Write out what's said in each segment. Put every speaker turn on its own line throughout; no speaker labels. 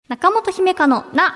中本姫香のな。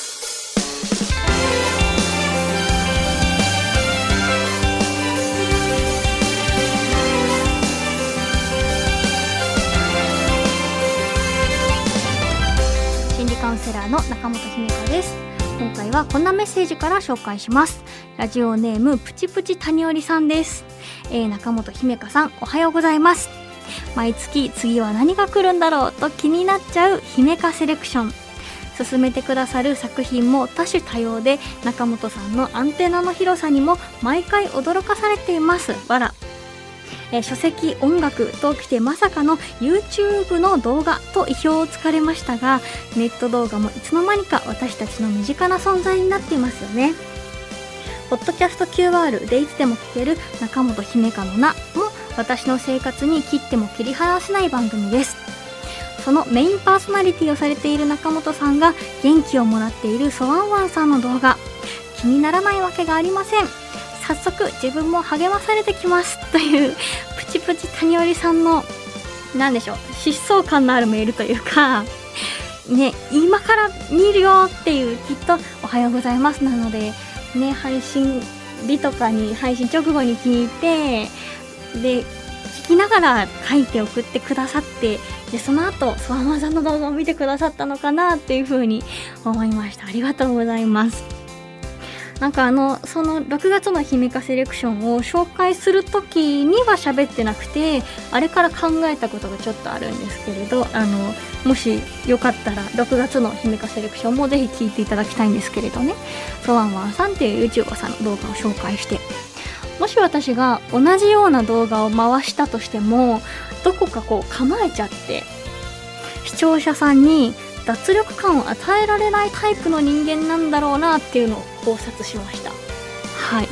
心理カウンセラーの中本姫香です。今回はこんなメッセージから紹介します。ラジオネームプチプチ谷織さんです。中本姫香さん、おはようございます。毎月次は何が来るんだろうと気になっちゃう姫香セレクション。進めてくださる作品も多種多様で、中本さんのアンテナの広さにも毎回驚かされています。わら。書籍、音楽ときてまさかの YouTube の動画と意表をつかれましたが、ネット動画もいつの間にか私たちの身近な存在になっていますよね。ポッドキャスト QR でいつでも聞ける中本姫香のなも私の生活に切っても切り離せない番組です。そのメインパーソナリティをされている中本さんが元気をもらっているソワンワンさんの動画、気にならないわけがありません。早速自分も励まされてきますというプチプチ谷織さんのなんでしょう、疾走感のあるメールというかね、今から見るよっていう、きっとおはようございますなのでね、配信日とかに配信直後に聞いて、で聞きながら書いて送ってくださって、でその後ソワンワンさんの動画を見てくださったのかなっていう風に思いました。ありがとうございます。なんかその6月の姫香セレクションを紹介する時には喋ってなくて、あれから考えたことがちょっとあるんですけれど、もしよかったら6月の姫香セレクションもぜひ聞いていただきたいんですけれどね、ソワンワンさんっていう YouTuber さんの動画を紹介して、もし私が同じような動画を回したとしても、どこかこう構えちゃって視聴者さんに脱力感を与えられないタイプの人間なんだろうなっていうのを考察しました。はい、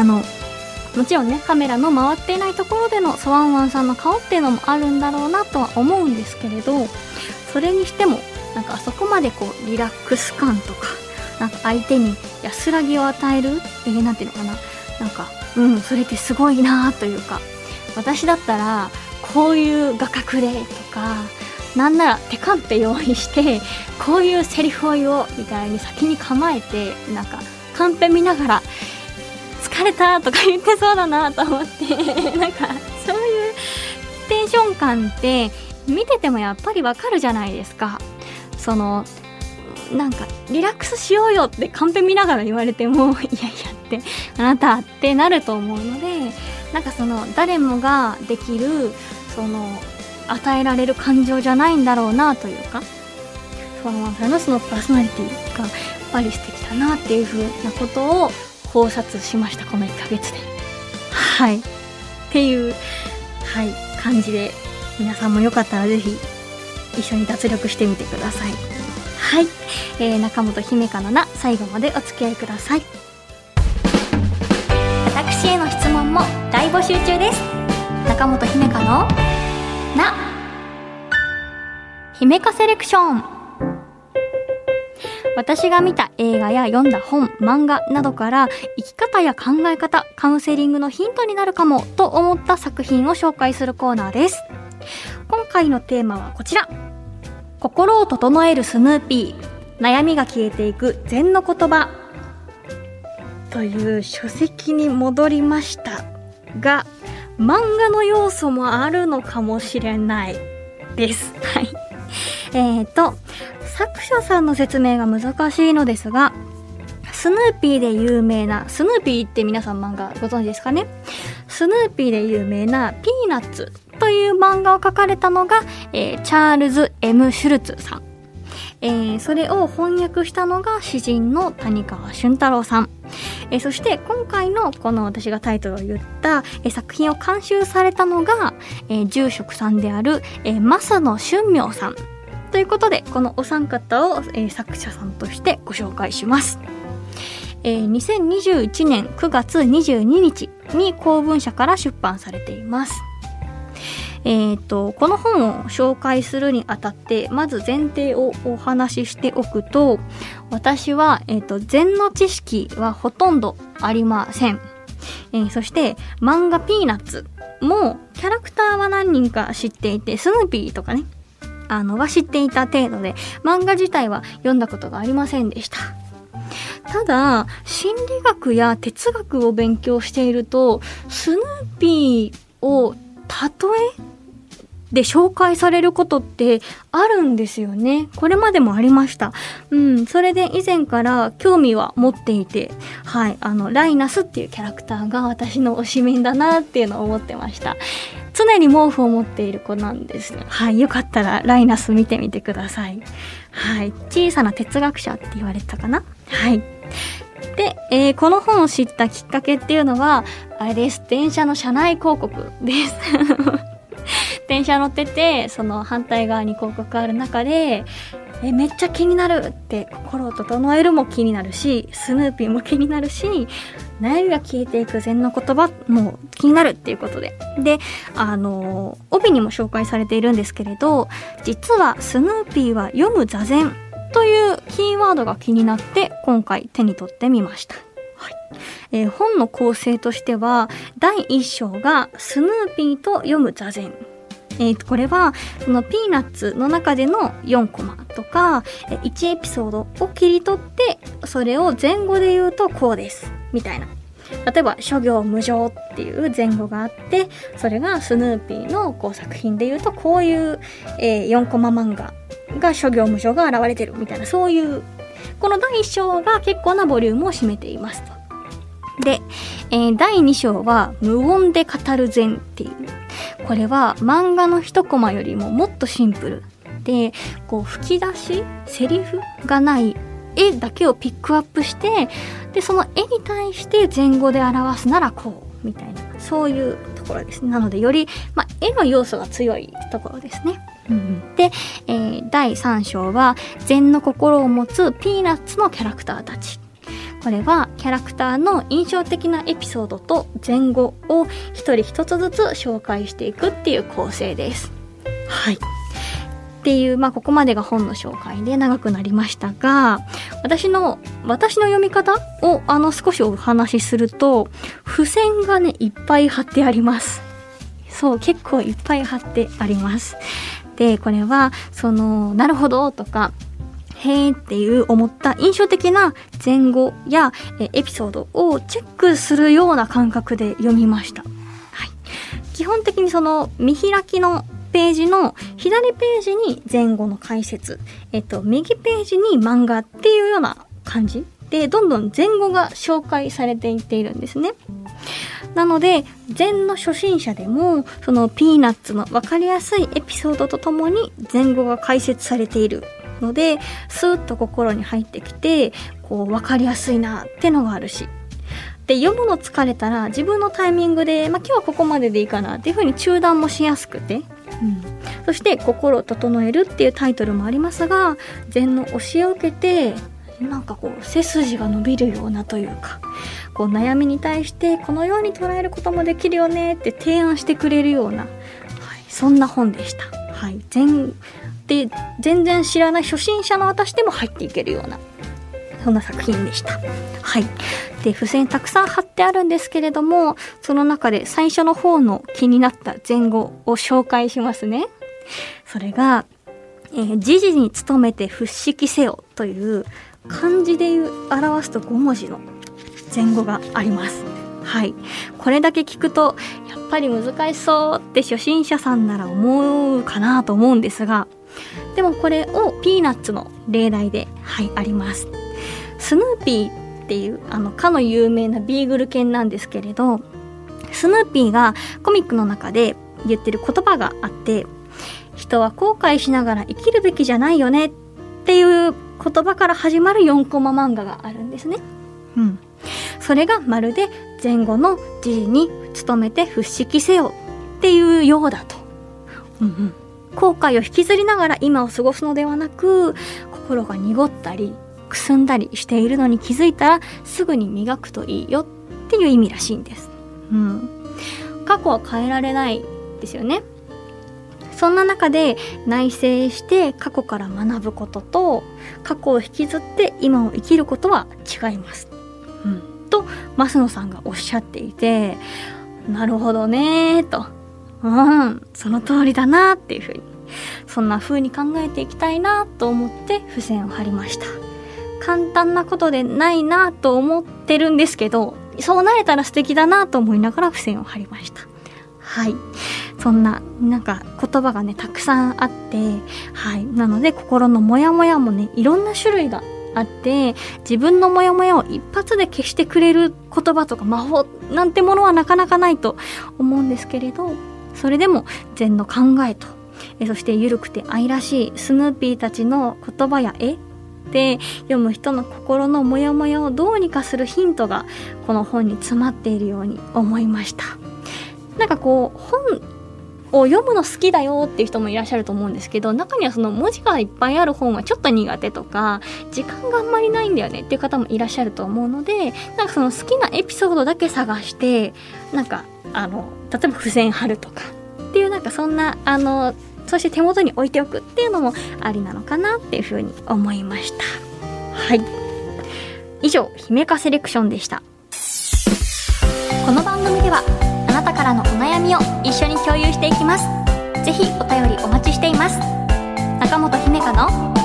もちろんね、カメラの回っていないところでのソワンワンさんの顔っていうのもあるんだろうなとは思うんですけれど、それにしてもなんかあそこまでこうリラックス感とか、なんか相手に安らぎを与える、なんていうのかな、なんかそれってすごいなというか、私だったらこういう画角でとか、なんならテカンペ用意してこういうセリフを言おうみたいに先に構えて、なんかカンペ見ながら疲れたとか言ってそうだなと思ってなんかそういうテンション感って見ててもやっぱりわかるじゃないですか。そのなんかリラックスしようよってカンペ見ながら言われても、いやいやってあなたってなると思うので、なんかその誰もができるその与えられる感情じゃないんだろうなというか、ソワンワンさんのそのパーソナリティがやっぱり素敵だなっていう風なことを考察しました、この1ヶ月で。はいっていう、はい、感じで、皆さんもよかったらぜひ一緒に脱力してみてください。はい、中本姫香のな、最後までお付き合いください。私への質問も大募集中です。中本姫香のな、姫香セレクション。私が見た映画や読んだ本、漫画などから生き方や考え方、カウンセリングのヒントになるかもと思った作品を紹介するコーナーです。今回のテーマはこちら。心を整えるスヌーピー、悩みが消えていく禅の言葉という書籍に戻りましたが、漫画の要素もあるのかもしれないです。はい。作者さんの説明が難しいのですが、スヌーピーで有名な、スヌーピーって皆さん漫画ご存知ですかね。スヌーピーで有名なピーナッツという漫画を描かれたのが、チャールズ・ M. シュルツさん。それを翻訳したのが詩人の谷川俊太郎さん。そして今回のこの私がタイトルを言った、作品を監修されたのが、住職さんである、増野俊明さんということで、このお三方を、作者さんとしてご紹介します。2021年9月22日に公文社から出版されています。この本を紹介するにあたって、まず前提をお話ししておくと、私は、禅の知識はほとんどありません。そして漫画ピーナッツもキャラクターは何人か知っていて、スヌーピーとかね、 は知っていた程度で、漫画自体は読んだことがありませんでした。ただ心理学や哲学を勉強していると、スヌーピーを例えで紹介されることってあるんですよね。これまでもありました。それで以前から興味は持っていて、ライナスっていうキャラクターが私の推しメンだなっていうのを思ってました。常に毛布を持っている子なんです。よかったらライナス見てみてください。小さな哲学者って言われたかな。で、この本を知ったきっかけっていうのは、あれです。電車の車内広告です電車乗ってて、その反対側に広告ある中で、めっちゃ気になるって、心を整えるも気になるし、スヌーピーも気になるし、悩みが消えていく禅の言葉も気になるっていうことで、帯にも紹介されているんですけれど、実はスヌーピーは読む座禅というキーワードが気になって今回手に取ってみました。本の構成としては、第1章がスヌーピーと読む座禅。これはそのピーナッツの中での4コマとか1エピソードを切り取って、それを前後で言うとこうですみたいな。例えば諸行無常っていう前後があって、それがスヌーピーの作品で言うとこういう、4コマ漫画が諸行無常が現れてるみたいな、そういうこの第1章が結構なボリュームを占めていますと。で、第2章は無言で語る禅っていう、これは漫画の一コマよりももっとシンプルで、吹き出しセリフがない絵だけをピックアップして、でその絵に対して前後で表すならこうみたいな、そういうところですね。なのでより、絵の要素が強いところですね。で、第3章は禅の心を持つピーナッツのキャラクターたち。これはキャラクターの印象的なエピソードと前後を一人一つずつ紹介していくっていう構成です。っていう、ここまでが本の紹介で長くなりましたが、私の読み方を少しお話しすると、付箋がねいっぱい貼ってあります。結構いっぱい貼ってあります。でこれはなるほどとかへーっていう思った印象的な前後やエピソードをチェックするような感覚で読みました。基本的に見開きのページの左ページに前後の解説、右ページに漫画っていうような感じで、どんどん前後が紹介されていっているんですね。なので禅の初心者でもそのピーナッツの分かりやすいエピソードとともに前後が解説されているので、スーッと心に入ってきて分かりやすいなってのがあるし、で読むの疲れたら自分のタイミングで、今日はここまででいいかなっていう風に中断もしやすくて、そして心を整えるっていうタイトルもありますが、禅の教えを受けて背筋が伸びるようなというか、悩みに対してこのように捉えることもできるよねって提案してくれるような、そんな本でした。禅で全然知らない初心者の私でも入っていけるような、そんな作品でした。で付箋たくさん貼ってあるんですけれども、その中で最初の方の気になった前後を紹介しますね。それが、時事に努めて伏式せよという漢字で表すと5文字の前後があります。これだけ聞くとやっぱり難しそうって初心者さんなら思うかなと思うんですが、でもこれをピーナッツの例題であります。スヌーピーっていうかの有名なビーグル犬なんですけれど、スヌーピーがコミックの中で言ってる言葉があって、人は後悔しながら生きるべきじゃないよねっていう言葉から始まる4コマ漫画があるんですね。それがまるで前後の時事に努めて伏式せよっていうようだと。後悔を引きずりながら今を過ごすのではなく、心が濁ったりくすんだりしているのに気づいたらすぐに磨くといいよっていう意味らしいんです。過去は変えられないですよね。そんな中で内省して過去から学ぶことと、過去を引きずって今を生きることは違います、と増野さんがおっしゃっていて、なるほどねと、その通りだなっていうふうにそんな風に考えていきたいなと思って付箋を貼りました。簡単なことでないなと思ってるんですけど、そうなれたら素敵だなと思いながら付箋を貼りました。はい、そんななんか言葉がねたくさんあって、はい、なので心のモヤモヤもねいろんな種類があって、自分のモヤモヤを一発で消してくれる言葉とか魔法なんてものはなかなかないと思うんですけれど、それでも禅の考えと、そしてゆるくて愛らしいスヌーピーたちの言葉や絵で読む人の心のモヤモヤをどうにかするヒントがこの本に詰まっているように思いました。なんかこう本を読むの好きだよっていう人もいらっしゃると思うんですけど、中にはその文字がいっぱいある本はちょっと苦手とか時間があんまりないんだよねっていう方もいらっしゃると思うので、なんかその好きなエピソードだけ探してなんか例えば付箋貼るとかっていうなんかそんなそして手元に置いておくっていうのもありなのかなっていうふうに思いました。はい、以上姫香セレクションでした。この番組ではあなたからのお悩みを一緒に共有していきます。ぜひお便りお待ちしています。中本姫香の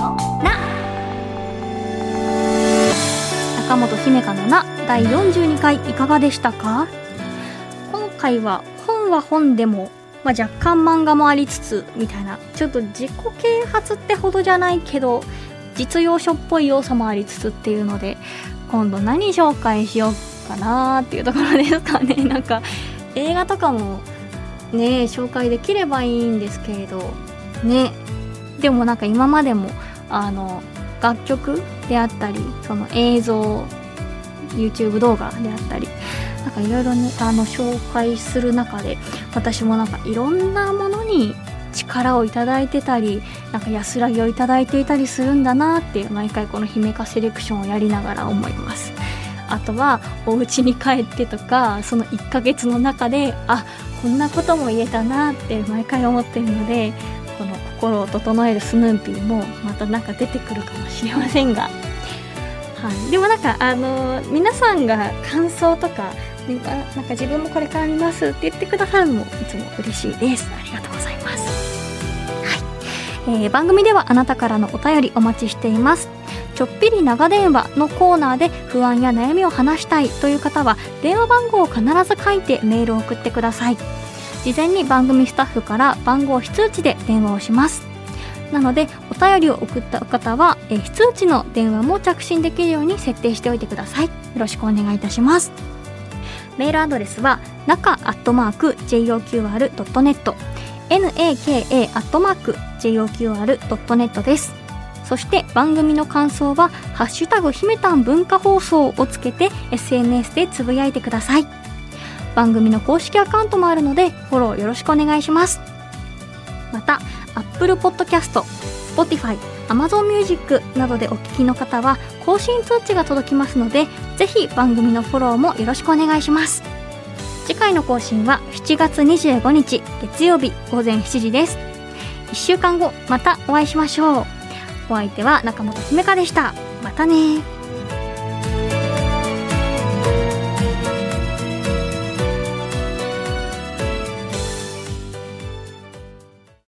中本姫香のな第42回いかがでしたか？今回は本は本でも、若干漫画もありつつみたいな、ちょっと自己啓発ってほどじゃないけど実用書っぽい要素もありつつっていうので、今度何紹介しようかなっていうところですかね。なんか映画とかもね紹介できればいいんですけれどね。でもなんか今までも楽曲であったりその映像 YouTube 動画であったりなんかいろいろね紹介する中で、私もなんかいろんなものに力をいただいてたりなんか安らぎをいただいていたりするんだなっていう、毎回この姫香セレクションをやりながら思います。あとはお家に帰ってとかその1ヶ月の中でこんなことも言えたなって毎回思ってるので、この心を整えるスヌーピーもまたなんか出てくるかもしれませんが、はい、でもなんか皆さんが感想とかなんか自分もこれから見ますって言ってくださるのもいつも嬉しいです。ありがとうございます。はい、番組ではあなたからのお便りお待ちしています。ちょっぴり長電話のコーナーで不安や悩みを話したいという方は電話番号を必ず書いてメールを送ってください。事前に番組スタッフから番号非通知で電話をします。なのでお便りを送った方は非通知の電話も着信できるように設定しておいてください。よろしくお願いいたします。メールアドレスはnaka@joqr.net naka@joqr.net です。そして番組の感想はハッシュタグひめたん文化放送をつけて SNS でつぶやいてください。番組の公式アカウントもあるのでフォローよろしくお願いします。また Apple Podcast、Spotify、Amazon Music などでお聞きの方は更新通知が届きますので、ぜひ番組のフォローもよろしくお願いします。次回の更新は7月25日月曜日午前7時です。1週間後またお会いしましょう。お相手は中本姫香でした。またね。